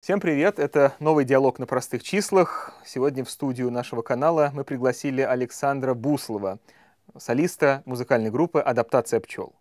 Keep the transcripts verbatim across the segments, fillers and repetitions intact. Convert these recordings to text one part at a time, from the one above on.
Всем привет! Это новый диалог на простых числах. Сегодня в студию нашего канала мы пригласили Александра Буслова, солиста музыкальной группы «Адаптация пчел».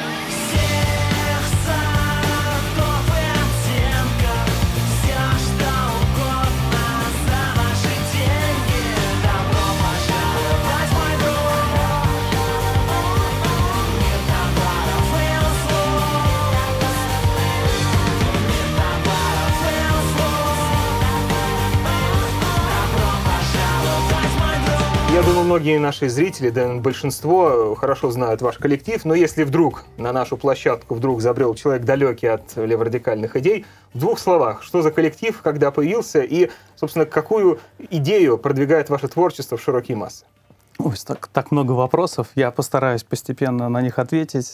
Я думаю, многие наши зрители, да большинство, хорошо знают ваш коллектив, но если вдруг на нашу площадку вдруг забрел человек далекий от леворадикальных идей, в двух словах, что за коллектив, когда появился и, собственно, какую идею продвигает ваше творчество в широкие массы? Ой, так, так много вопросов, я постараюсь постепенно на них ответить.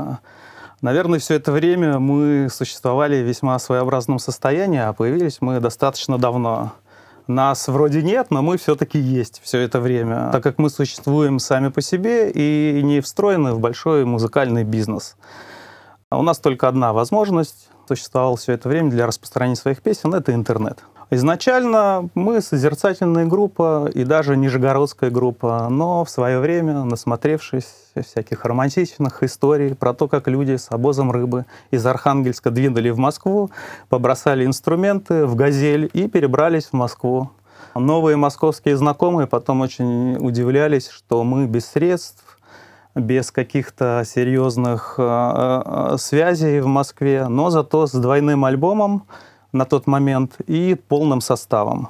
Наверное, все это время мы существовали в весьма своеобразном состоянии, а появились мы достаточно давно. Нас вроде нет, но мы все-таки есть все это время, так как мы существуем сами по себе и не встроены в большой музыкальный бизнес. У нас только одна возможность существовала все это время для распространения своих песен — это интернет. Изначально мы созерцательная группа и даже нижегородская группа, но в свое время, насмотревшись всяких романтичных историй про то, как люди с обозом рыбы из Архангельска двинули в Москву, побросали инструменты в «Газель» и перебрались в Москву. Новые московские знакомые потом очень удивлялись, что мы без средств, без каких-то серьезных э, связей в Москве, но зато с двойным альбомом на тот момент и полным составом.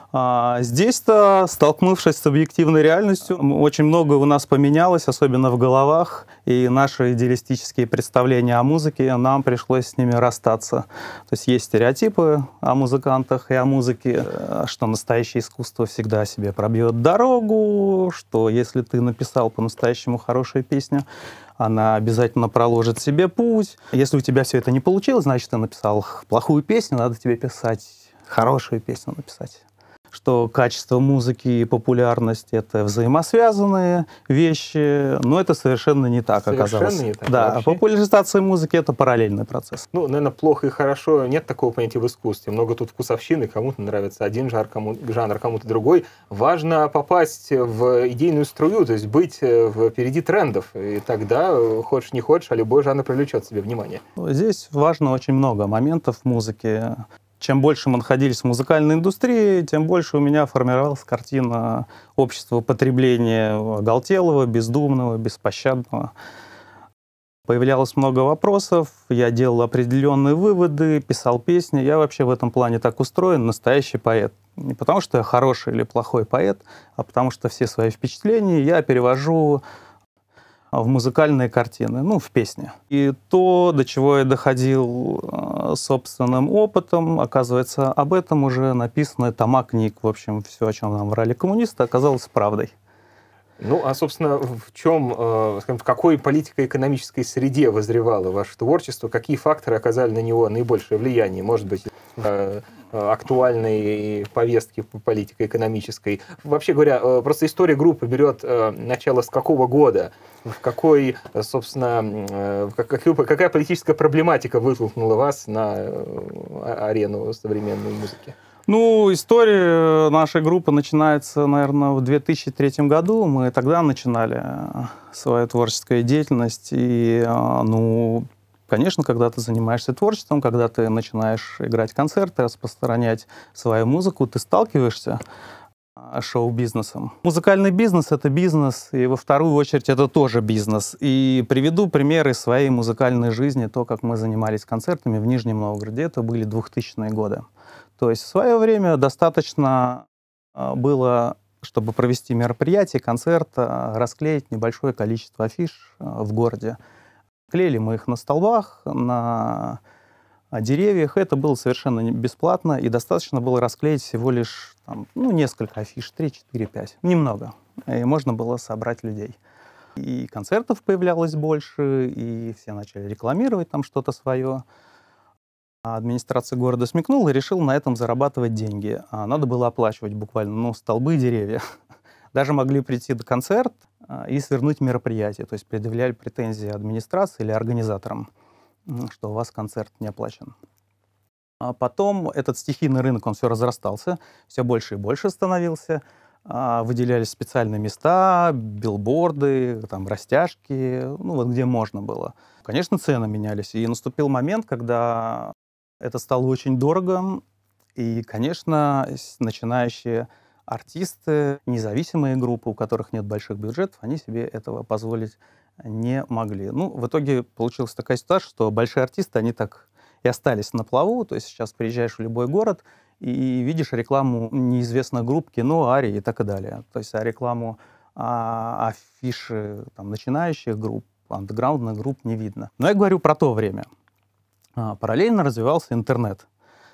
А здесь-то, столкнувшись с объективной реальностью, очень многое у нас поменялось, особенно в головах, и наши идеалистические представления о музыке, нам пришлось с ними расстаться. То есть есть стереотипы о музыкантах и о музыке, что настоящее искусство всегда себе пробьет дорогу, что если ты написал по-настоящему хорошую песню, она обязательно проложит себе путь. Если у тебя все это не получилось, значит, ты написал плохую песню, надо тебе писать хорошую песню написать. Что качество музыки и популярность — это взаимосвязанные вещи, но это совершенно не так совершенно оказалось. Не так, да, вообще? Популяризация музыки — это параллельный процесс. Ну, наверное, плохо и хорошо. Нет такого понятия в искусстве. Много тут вкусовщины. Кому-то нравится один жанр, кому жанр, кому-то другой. Важно попасть в идейную струю, то есть быть впереди трендов. И тогда, хочешь не хочешь, а любой жанр привлечет себе внимание. Здесь важно очень много моментов в музыке. Чем больше мы находились в музыкальной индустрии, тем больше у меня формировалась картина общества потребления оголтелого, бездумного, беспощадного. Появлялось много вопросов, я делал определенные выводы, писал песни. Я вообще в этом плане так устроен, настоящий поэт. Не потому что я хороший или плохой поэт, а потому что все свои впечатления я перевожу в музыкальные картины, ну, в песни. И то, до чего я доходил э, собственным опытом, оказывается, об этом уже написаны тома книг. В общем, все, о чем нам врали коммунисты, оказалось правдой. Ну, а, собственно, в чем, э, скажем, в какой политико-экономической среде возревало ваше творчество? Какие факторы оказали на него наибольшее влияние? Может быть, э, актуальной повестки политико-экономической? Вообще говоря, э, просто история группы берет э, начало с какого года? В какой, собственно, э, как, какая политическая проблематика вытолкнула вас на э, арену современной музыки? Ну, история нашей группы начинается, наверное, в две тысячи третьем году. Мы тогда начинали свою творческую деятельность. И, ну, конечно, когда ты занимаешься творчеством, когда ты начинаешь играть концерты, распространять свою музыку, ты сталкиваешься с шоу-бизнесом. Музыкальный бизнес — это бизнес, и во вторую очередь это тоже бизнес. И приведу примеры своей музыкальной жизни, то, как мы занимались концертами в Нижнем Новгороде. Это были двухтысячные годы. То есть в свое время достаточно было, чтобы провести мероприятие, концерт, расклеить небольшое количество афиш в городе. Клеили мы их на столбах, на деревьях. Это было совершенно бесплатно, и достаточно было расклеить всего лишь там, ну, несколько афиш, три, четыре, пять. Немного. И можно было собрать людей. И концертов появлялось больше, и все начали рекламировать там что-то свое. Администрация города смекнула и решила на этом зарабатывать деньги. А надо было оплачивать буквально, ну, столбы и деревья. Даже могли прийти на концерт и свернуть мероприятие. То есть предъявляли претензии администрации или организаторам, что у вас концерт не оплачен. А потом этот стихийный рынок, он все разрастался, все больше и больше становился. А, Выделялись специальные места, билборды, там, растяжки, ну вот где можно было. Конечно, цены менялись. И наступил момент, когда это стало очень дорого. И, конечно, с- начинающие артисты, независимые группы, у которых нет больших бюджетов, они себе этого позволить не могли. Ну, в итоге получилась такая ситуация, что большие артисты, они так и остались на плаву. То есть сейчас приезжаешь в любой город и видишь рекламу неизвестных групп, кино, арии и так и далее. То есть а рекламу, а, афиши там, начинающих групп, андеграундных групп не видно. Но я говорю про то время. А, Параллельно развивался интернет.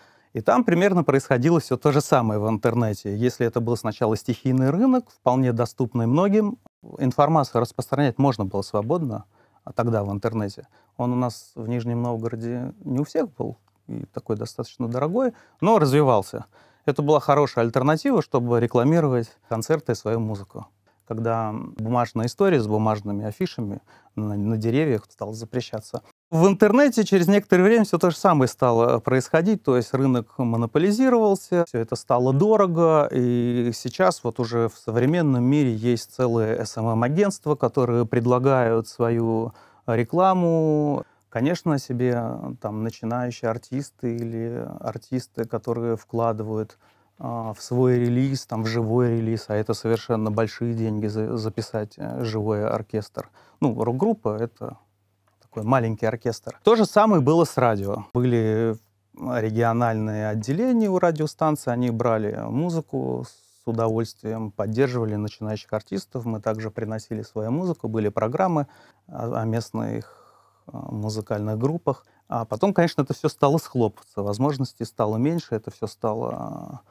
И там примерно происходило все то же самое в интернете. Если это был сначала стихийный рынок, вполне доступный многим, информацию распространять можно было свободно, а тогда в интернете. Он у нас в Нижнем Новгороде не у всех был, и такой достаточно дорогой, но развивался. Это была хорошая альтернатива, чтобы рекламировать концерты и свою музыку. Когда бумажная история с бумажными афишами на, на деревьях стала запрещаться. В интернете через некоторое время все то же самое стало происходить, то есть рынок монополизировался, все это стало дорого, и сейчас вот уже в современном мире есть целые эс эм эм-агентства, которые предлагают свою рекламу. Конечно, себе там начинающие артисты или артисты, которые вкладывают а, в свой релиз, там, в живой релиз, а это совершенно большие деньги за, записать э, живой оркестр. Ну, рок-группа — это такой маленький оркестр. То же самое было с радио. Были региональные отделения у радиостанций, они брали музыку с удовольствием, поддерживали начинающих артистов. Мы также приносили свою музыку, были программы о о местных а, музыкальных группах. А потом, конечно, это все стало схлопываться, возможностей стало меньше, это все стало а,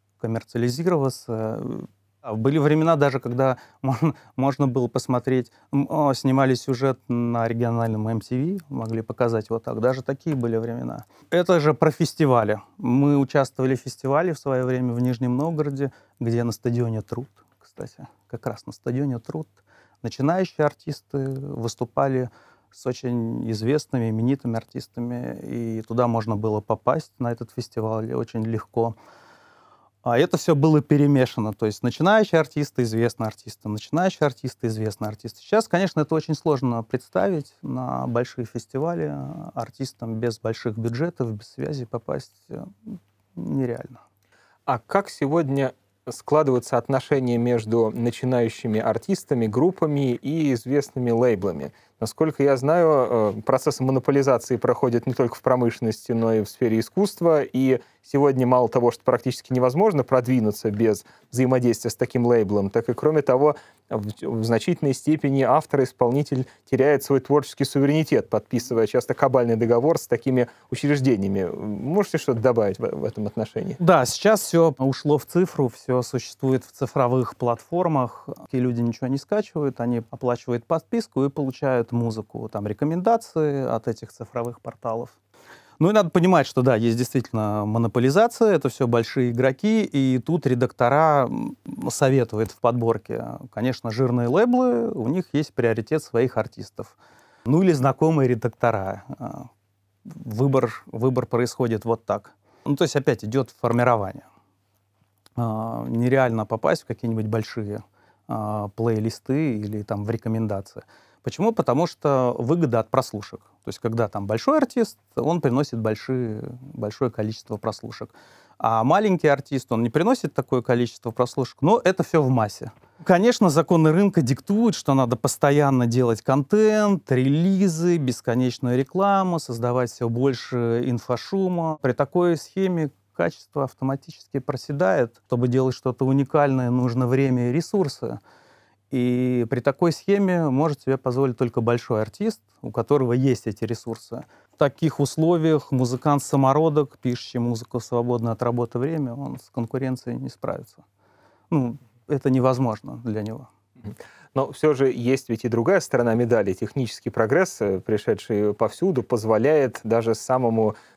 коммерциализироваться. А, Были времена даже, когда можно, можно было посмотреть, м, о, снимали сюжет на региональном эм ти ви, могли показать вот так. Даже такие были времена. Это же про фестивали. Мы участвовали в фестивале в свое время в Нижнем Новгороде, где на стадионе «Труд», кстати, как раз на стадионе «Труд», начинающие артисты выступали с очень известными, именитыми артистами, и туда можно было попасть, на этот фестиваль, очень легко. А это все было перемешано. То есть начинающие артисты, известные артисты, начинающие артисты, известные артисты. Сейчас, конечно, это очень сложно представить на большие фестивали. Артистам без больших бюджетов, без связи попасть э, нереально. А как сегодня складываются отношения между начинающими артистами, группами и известными лейблами? Насколько я знаю, э, процесс монополизации проходит не только в промышленности, но и в сфере искусства. И сегодня мало того, что практически невозможно продвинуться без взаимодействия с таким лейблом, так и, кроме того, в, в значительной степени автор, исполнитель теряет свой творческий суверенитет, подписывая часто кабальный договор с такими учреждениями. Можете что-то добавить в, в этом отношении? Да, сейчас все ушло в цифру, все существует в цифровых платформах. И люди ничего не скачивают, они оплачивают подписку и получают музыку, там рекомендации от этих цифровых порталов. Ну и надо понимать, что да, есть действительно монополизация, это все большие игроки, и тут редактора м, советуют в подборке. Конечно, жирные лейблы, у них есть приоритет своих артистов. Ну или знакомые редактора. А, Выбор, выбор происходит вот так. Ну то есть опять идет формирование. А, Нереально попасть в какие-нибудь большие а, плейлисты или там в рекомендации. Почему? Потому что выгода от прослушек. То есть, когда там большой артист, он приносит большие, большое количество прослушек. А маленький артист, он не приносит такое количество прослушек, но это все в массе. Конечно, законы рынка диктуют, что надо постоянно делать контент, релизы, бесконечную рекламу, создавать все больше инфошума. При такой схеме качество автоматически проседает. Чтобы делать что-то уникальное, нужно время и ресурсы. И при такой схеме может себе позволить только большой артист, у которого есть эти ресурсы. В таких условиях музыкант-самородок, пишущий музыку в свободное от работы время, он с конкуренцией не справится. Ну, это невозможно для него. Но все же есть ведь и другая сторона медали. Технический прогресс, пришедший повсюду, позволяет даже самому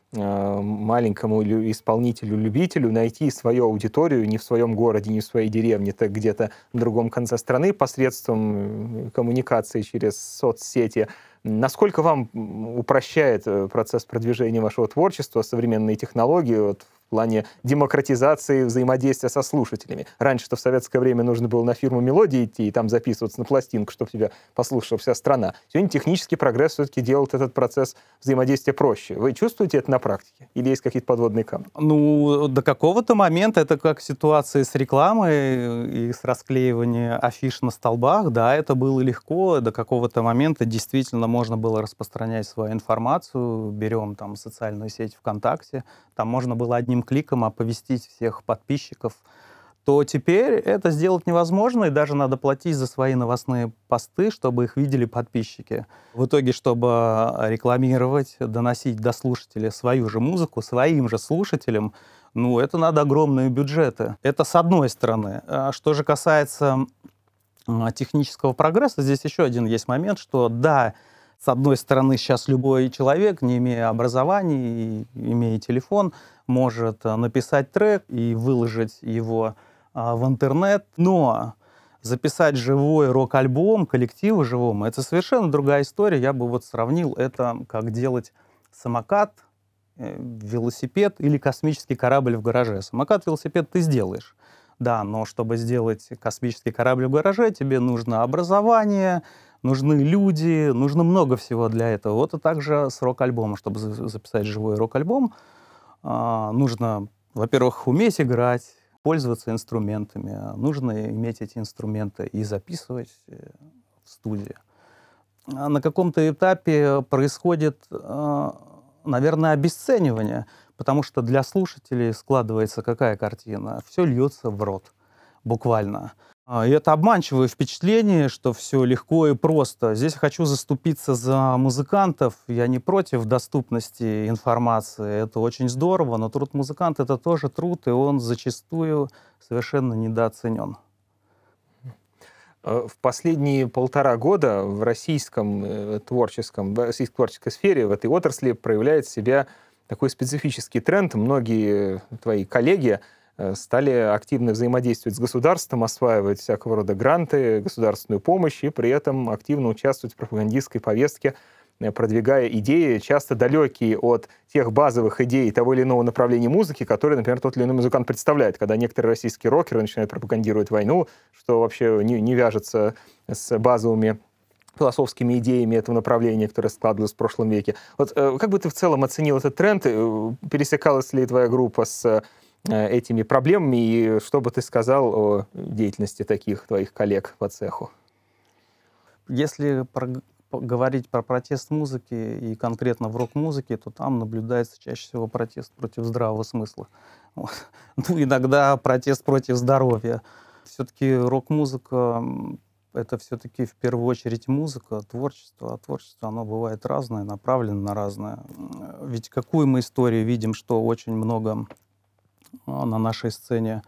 э, маленькому исполнителю-любителю найти свою аудиторию не в своем городе, не в своей деревне, так где-то на другом конце страны посредством коммуникации через соцсети. Насколько вам упрощает процесс продвижения вашего творчества современные технологии вот, в плане демократизации взаимодействия со слушателями? Раньше-то в советское время нужно было на фирму «Мелодия» идти и там записываться на пластинку, чтобы тебя послушала вся страна. Сегодня технический прогресс все-таки делает этот процесс взаимодействия проще. Вы чувствуете это на практике? Или есть какие-то подводные камни? Ну, до какого-то момента это как ситуация с рекламой и с расклеиванием афиш на столбах. Да, это было легко. До какого-то момента действительно можно было распространять свою информацию. Берем там социальную сеть ВКонтакте. Там можно было одним кликом оповестить всех подписчиков. То теперь это сделать невозможно, и даже надо платить за свои новостные посты, чтобы их видели подписчики. В итоге, чтобы рекламировать, доносить до слушателя свою же музыку, своим же слушателям, ну, это надо огромные бюджеты. Это с одной стороны. Что же касается технического прогресса, здесь еще один есть момент, что да, с одной стороны, сейчас любой человек, не имея образования, имея телефон, может написать трек и выложить его в интернет, но записать живой рок-альбом, коллективу живому, это совершенно другая история. Я бы вот сравнил это, как делать самокат, велосипед или космический корабль в гараже. Самокат, велосипед ты сделаешь, да, но чтобы сделать космический корабль в гараже, тебе нужно образование, нужны люди, нужно много всего для этого. Вот и также с рок-альбомом. Чтобы записать живой рок-альбом, нужно, во-первых, уметь играть, пользоваться инструментами. Нужно иметь эти инструменты и записывать в студии. На каком-то этапе происходит, наверное, обесценивание, потому что для слушателей складывается какая картина? Все льется в рот, буквально. И это обманчивое впечатление, что все легко и просто. Здесь я хочу заступиться за музыкантов. Я не против доступности информации. Это очень здорово, но труд музыканта — это тоже труд, и он зачастую совершенно недооценен. В последние полтора года в российском творческом, в российской творческой сфере, в этой отрасли проявляет себя такой специфический тренд. Многие твои коллеги стали активно взаимодействовать с государством, осваивать всякого рода гранты, государственную помощь и при этом активно участвовать в пропагандистской повестке, продвигая идеи, часто далекие от тех базовых идей того или иного направления музыки, которые, например, тот или иной музыкант представляет. Когда некоторые российские рокеры начинают пропагандировать войну, что вообще не, не вяжется с базовыми философскими идеями этого направления, которое складывалось в прошлом веке. Вот как бы ты в целом оценил этот тренд? Пересекалась ли твоя группа с этими проблемами, и что бы ты сказал о деятельности таких твоих коллег по цеху? Если про, говорить про протест музыки и конкретно в рок-музыке, то там наблюдается чаще всего протест против здравого смысла. Вот. Ну, иногда протест против здоровья. Все-таки рок-музыка — это все-таки в первую очередь музыка, творчество. А творчество, оно бывает разное, направлено на разное. Ведь какую мы историю видим, что очень много на нашей сцене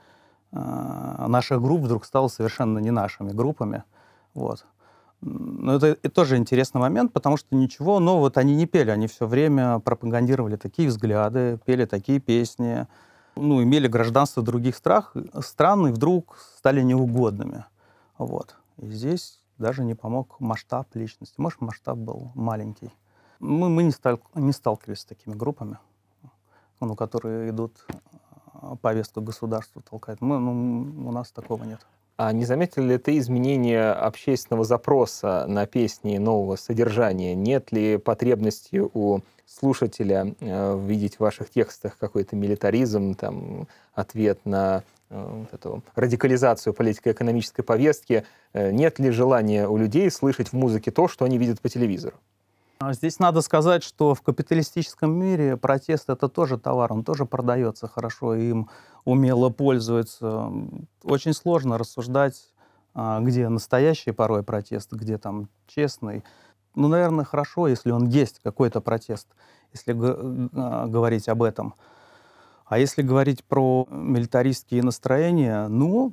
наших групп вдруг стало совершенно не нашими группами. Вот. Но это, это тоже интересный момент, потому что ничего нового вот они не пели. Они все время пропагандировали такие взгляды, пели такие песни, ну, имели гражданство других страх, стран и вдруг стали неугодными. Вот. И здесь даже не помог масштаб личности. Может, масштаб был маленький. Мы, мы не, стал, не сталкивались с такими группами, ну, которые идут повестку государства толкает. Мы, ну, у нас такого нет. А не заметили ли ты изменения общественного запроса на песни нового содержания? Нет ли потребности у слушателя э, видеть в ваших текстах какой-то милитаризм, там, ответ на э, вот эту радикализацию политико-экономической повестки? Э, нет ли желания у людей слышать в музыке то, что они видят по телевизору? Здесь надо сказать, что в капиталистическом мире протест — это тоже товар, он тоже продается хорошо, и им умело пользуются. Очень сложно рассуждать, где настоящий порой протест, где там честный. Ну, наверное, хорошо, если он есть, какой-то протест, если говорить об этом. А если говорить про милитаристские настроения, ну,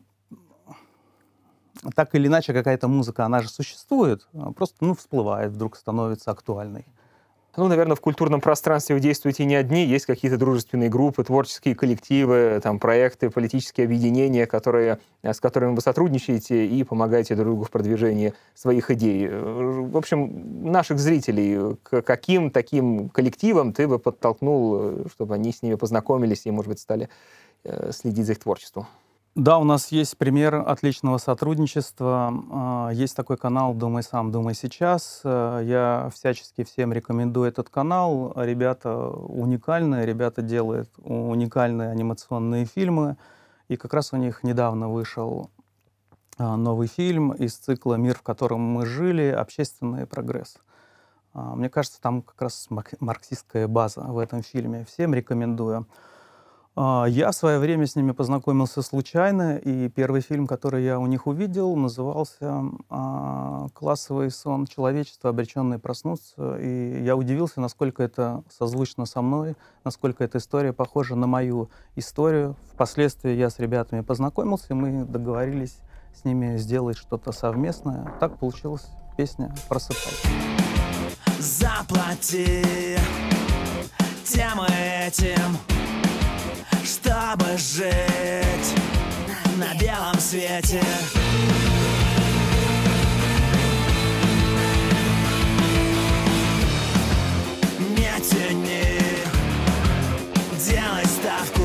так или иначе, какая-то музыка, она же существует, просто, ну, всплывает, вдруг становится актуальной. Ну, наверное, в культурном пространстве вы действуете не одни, есть какие-то дружественные группы, творческие коллективы, там, проекты, политические объединения, которые, с которыми вы сотрудничаете и помогаете друг другу в продвижении своих идей. В общем, наших зрителей, к каким таким коллективам ты бы подтолкнул, чтобы они с ними познакомились и, может быть, стали следить за их творчеством? Да, у нас есть пример отличного сотрудничества. Есть такой канал «Думай сам, думай сейчас». Я всячески всем рекомендую этот канал. Ребята уникальные, ребята делают уникальные анимационные фильмы. И как раз у них недавно вышел новый фильм из цикла «Мир, в котором мы жили. Общественный прогресс». Мне кажется, там как раз марксистская база в этом фильме. Всем рекомендую. Я в свое время с ними познакомился случайно, и первый фильм, который я у них увидел, назывался «Классовый сон человечества, обреченный проснуться». И я удивился, насколько это созвучно со мной, насколько эта история похожа на мою историю. Впоследствии я с ребятами познакомился, и мы договорились с ними сделать что-то совместное. Так получилась песня «Просыпайся». Заплати тем этим, чтобы жить на белом свете. Не тяни, делай ставку,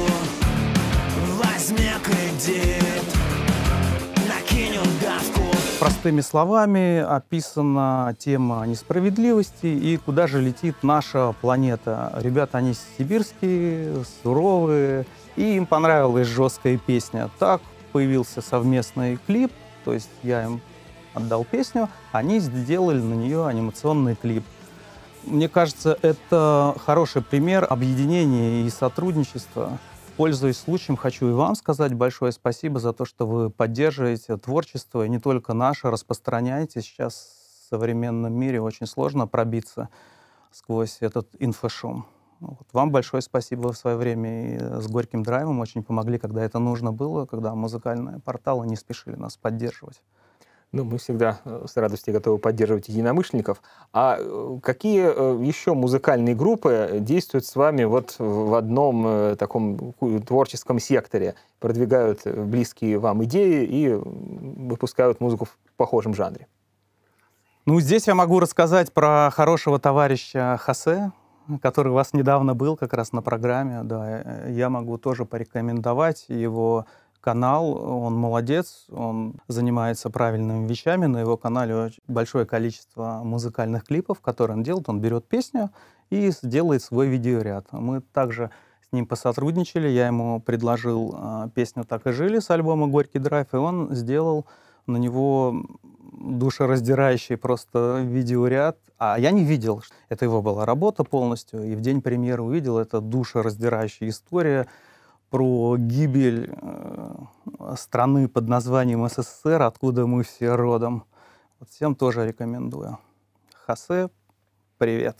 возьми кредит, накинь удавку. Простыми словами описана тема несправедливости и куда же летит наша планета. Ребята, они сибирские, суровые, и им понравилась жесткая песня. Так появился совместный клип, то есть я им отдал песню, они сделали на нее анимационный клип. Мне кажется, это хороший пример объединения и сотрудничества. Пользуясь случаем, хочу и вам сказать большое спасибо за то, что вы поддерживаете творчество, и не только наше, распространяете. Сейчас в современном мире очень сложно пробиться сквозь этот инфошум. Вот. Вам большое спасибо. Вы в свое время и с Горьким драйвом очень помогли, когда это нужно было, когда музыкальные порталы не спешили нас поддерживать. Ну, мы всегда с радостью готовы поддерживать единомышленников. А какие еще музыкальные группы действуют с вами вот в одном таком творческом секторе, продвигают близкие вам идеи и выпускают музыку в похожем жанре? Ну, здесь я могу рассказать про хорошего товарища Хосе, который у вас недавно был как раз на программе. Да, я могу тоже порекомендовать его канал. Он молодец, он занимается правильными вещами. На его канале очень большое количество музыкальных клипов, которые он делает. Он берет песню и делает свой видеоряд. Мы также с ним посотрудничали. Я ему предложил э, песню «Так и жили» с альбома «Горький драйв», и он сделал на него душераздирающий просто видеоряд. А я не видел. Это его была работа полностью. И в день премьеры увидел. Это душераздирающая история про гибель э, страны под названием СССР, откуда мы все родом. Вот всем тоже рекомендую. Хосе, привет.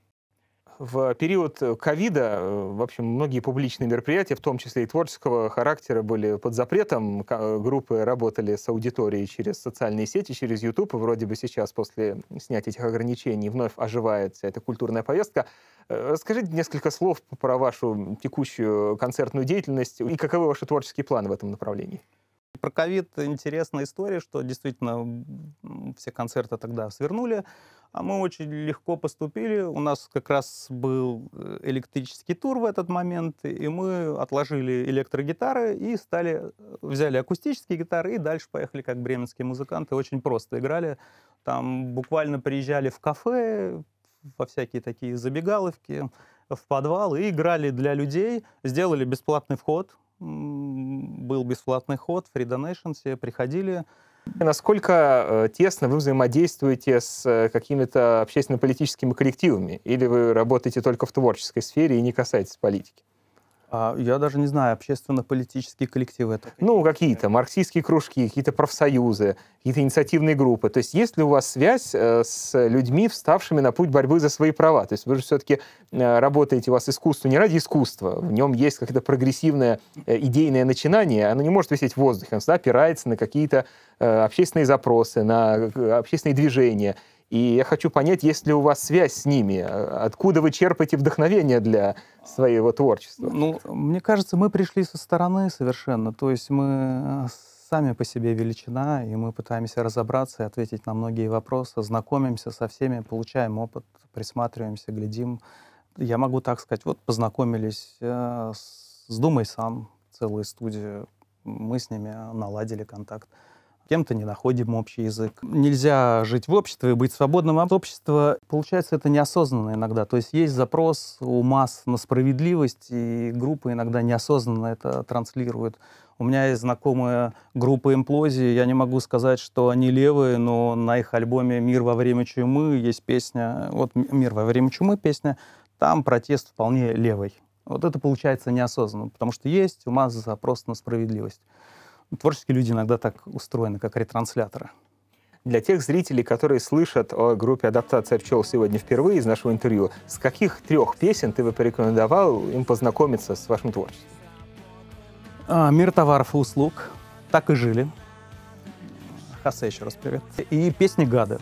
В период ковида, в общем, многие публичные мероприятия, в том числе и творческого характера, были под запретом. Группы работали с аудиторией через социальные сети, через YouTube. И вроде бы сейчас, после снятия этих ограничений, вновь оживает вся эта культурная повестка. Расскажите несколько слов про вашу текущую концертную деятельность и каковы ваши творческие планы в этом направлении. Про ковид интересная история, что действительно все концерты тогда свернули, а мы очень легко поступили. У нас как раз был электрический тур в этот момент, и мы отложили электрогитары и стали, взяли акустические гитары и дальше поехали как бременские музыканты. Очень просто играли. Там буквально приезжали в кафе, во всякие такие забегаловки, в подвал и играли для людей. Сделали бесплатный вход. Был бесплатный ход, Free Donation, все приходили. Насколько тесно вы взаимодействуете с какими-то общественно-политическими коллективами? Или вы работаете только в творческой сфере и не касаетесь политики? Я даже не знаю, общественно-политические коллективы. Это ну, какие-то марксистские кружки, какие-то профсоюзы, какие-то инициативные группы. То есть есть ли у вас связь с людьми, вставшими на путь борьбы за свои права? То есть вы же все-таки работаете, у вас искусство не ради искусства, в нем есть какое-то прогрессивное идейное начинание, оно не может висеть в воздухе, оно всегда опирается на какие-то общественные запросы, на общественные движения. И я хочу понять, есть ли у вас связь с ними, откуда вы черпаете вдохновение для своего творчества? Ну, мне кажется, мы пришли со стороны совершенно. То есть мы сами по себе величина, и мы пытаемся разобраться и ответить на многие вопросы, знакомимся со всеми, получаем опыт, присматриваемся, глядим. Я могу так сказать, вот познакомились э, с, с Думой сам, целую студию, мы с ними наладили контакт. С кем-то не находим общий язык. Нельзя жить в обществе и быть свободным от общества. Получается, это неосознанно иногда. То есть есть запрос у масс на справедливость, и группы иногда неосознанно это транслируют. У меня есть знакомая группа «Имплозии». Я не могу сказать, что они левые, но на их альбоме «Мир во время чумы» есть песня, вот «Мир во время чумы» песня, там протест вполне левый. Вот это получается неосознанно, потому что есть у масс запрос на справедливость. Творческие люди иногда так устроены, как ретрансляторы. Для тех зрителей, которые слышат о группе «Адаптация пчел» сегодня впервые из нашего интервью, с каких трех песен ты бы порекомендовал им познакомиться с вашим творчеством? А, «Мир товаров и услуг», «Так и жили». Хосе, еще раз привет. И песни «Гады».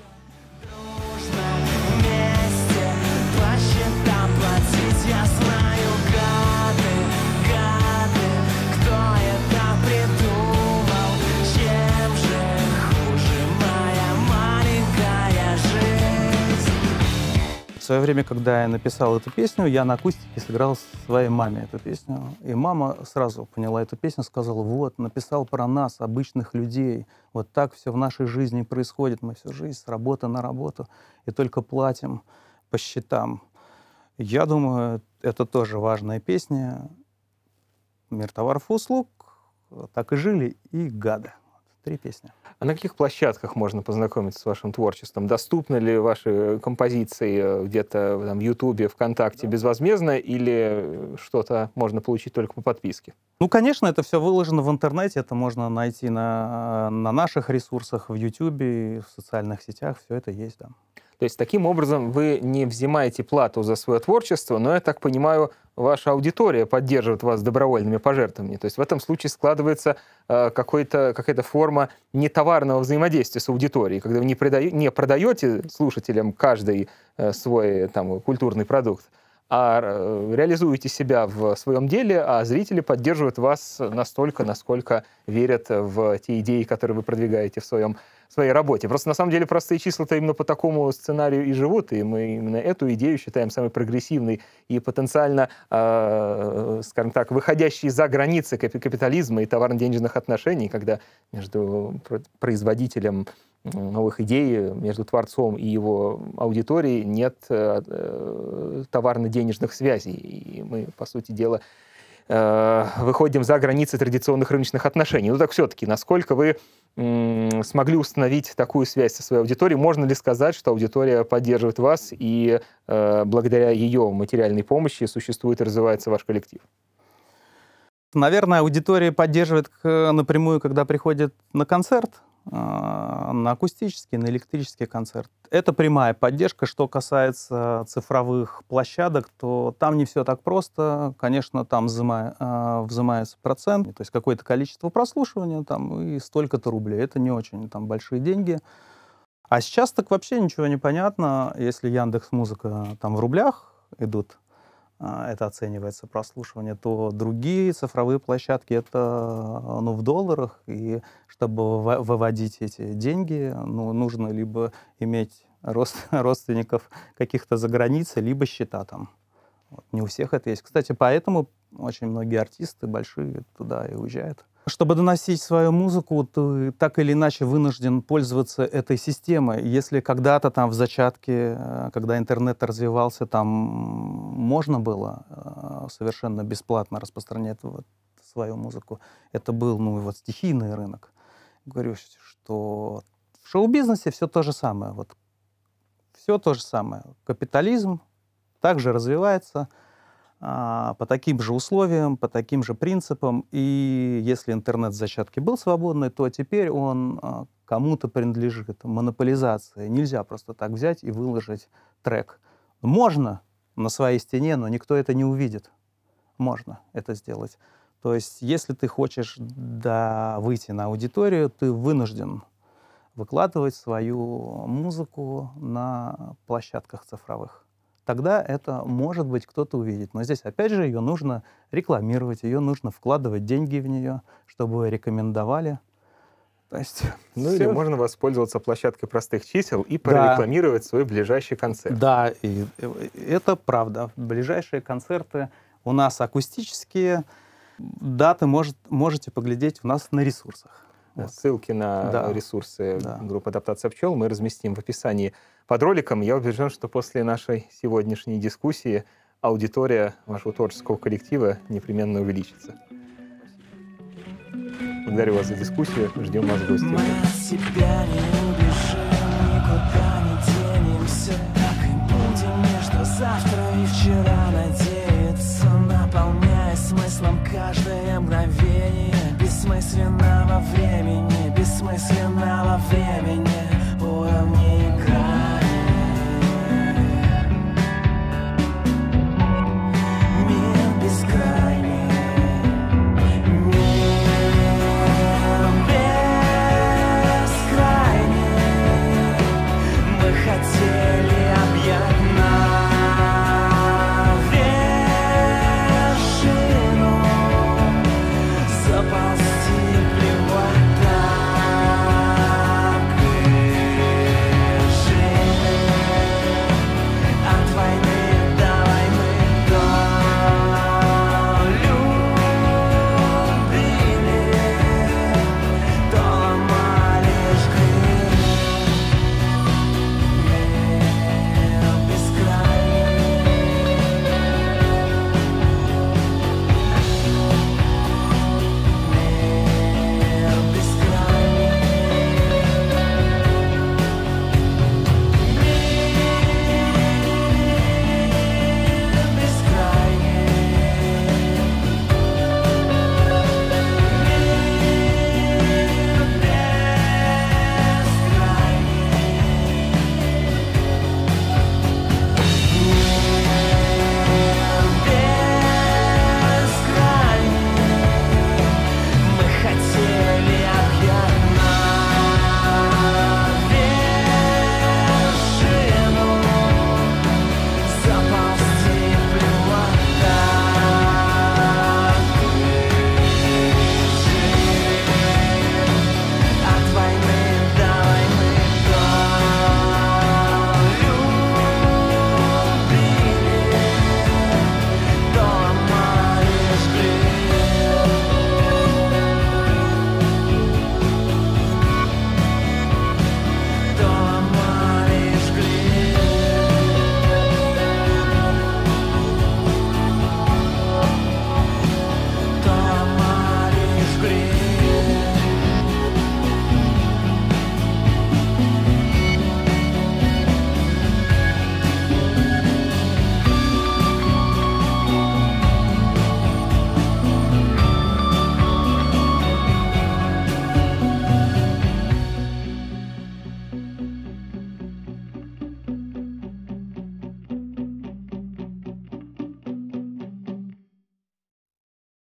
В свое время, когда я написал эту песню, я на акустике сыграл своей маме эту песню. И мама сразу поняла эту песню, сказала: вот, написал про нас, обычных людей. Вот так все в нашей жизни происходит. Мы всю жизнь с работы на работу и только платим по счетам. Я думаю, это тоже важная песня. «Мир товаров и услуг», «Так и жили» и «Гады». Три песни. А на каких площадках можно познакомиться с вашим творчеством? Доступны ли ваши композиции где-то в Ютубе, ВКонтакте безвозмездно, или что-то можно получить только по подписке? Ну, конечно, это все выложено в интернете, это можно найти на, на наших ресурсах, в Ютубе, в социальных сетях, все это есть, да. То есть таким образом вы не взимаете плату за свое творчество, но, я так понимаю, ваша аудитория поддерживает вас добровольными пожертвованиями. То есть в этом случае складывается э, какая-то форма нетоварного взаимодействия с аудиторией, когда вы не, продаё, не продаете слушателям каждый э, свой там, культурный продукт, а э, реализуете себя в своем деле, а зрители поддерживают вас настолько, насколько верят в те идеи, которые вы продвигаете в своем в своей работе. Просто на самом деле простые числа-то именно по такому сценарию и живут, и мы именно эту идею считаем самой прогрессивной и потенциально, э, скажем так, выходящей за границы капитализма и товарно-денежных отношений, когда между производителем новых идей, между творцом и его аудиторией нет э, товарно-денежных связей. И мы, по сути дела, выходим за границы традиционных рыночных отношений. Ну так все-таки, насколько вы смогли установить такую связь со своей аудиторией? Можно ли сказать, что аудитория поддерживает вас, и э, благодаря ее материальной помощи существует и развивается ваш коллектив? Наверное, аудитория поддерживает напрямую, когда приходит на концерт, на акустический, на электрический концерт. Это прямая поддержка. Что касается цифровых площадок, то там не все так просто. Конечно, там взимая, взимается процент, то есть какое-то количество прослушивания там, и столько-то рублей. Это не очень там большие деньги. А сейчас так вообще ничего не понятно. Если Яндекс.Музыка там в рублях идут, это оценивается прослушивание, то другие цифровые площадки это ну, в долларах, и чтобы выводить эти деньги, ну, нужно либо иметь рост, родственников каких-то за границей, либо счета там. Вот. Не у всех это есть. Кстати, поэтому очень многие артисты большие туда и уезжают. Чтобы доносить свою музыку, ты так или иначе вынужден пользоваться этой системой. Если когда-то там в зачатке, когда интернет развивался, там можно было совершенно бесплатно распространять вот свою музыку, это был, ну, вот стихийный рынок. Говорю, что в шоу-бизнесе все то же самое. Вот все то же самое. Капитализм также развивается по таким же условиям, по таким же принципам. И если интернет в зачатке был свободный, то теперь он кому-то принадлежит. Монополизация. Нельзя просто так взять и выложить трек. Можно на своей стене, но никто это не увидит. Можно это сделать. То есть, если ты хочешь да, выйти на аудиторию, ты вынужден выкладывать свою музыку на площадках цифровых. Тогда это, может быть, кто-то увидит. Но здесь, опять же, ее нужно рекламировать, ее нужно вкладывать деньги в нее, чтобы рекомендовали. То есть, ну все... или можно воспользоваться площадкой простых чисел и прорекламировать да. свой ближайший концерт. Да, и это правда. Ближайшие концерты у нас акустические. Даты может, можете поглядеть у нас на ресурсах. Вот. Ссылки на да. ресурсы да. группы «Адаптация пчел» мы разместим в описании под роликом. Я убежден, что после нашей сегодняшней дискуссии аудитория вашего творческого коллектива непременно увеличится. Благодарю вас за дискуссию. Ждем вас в гости. Мы от себя не убежим, никуда не денемся. Так и будем между завтра и вчера надеяться, наполняя смыслом каждое мгновение бессмысленного времени, бессмысленного времени.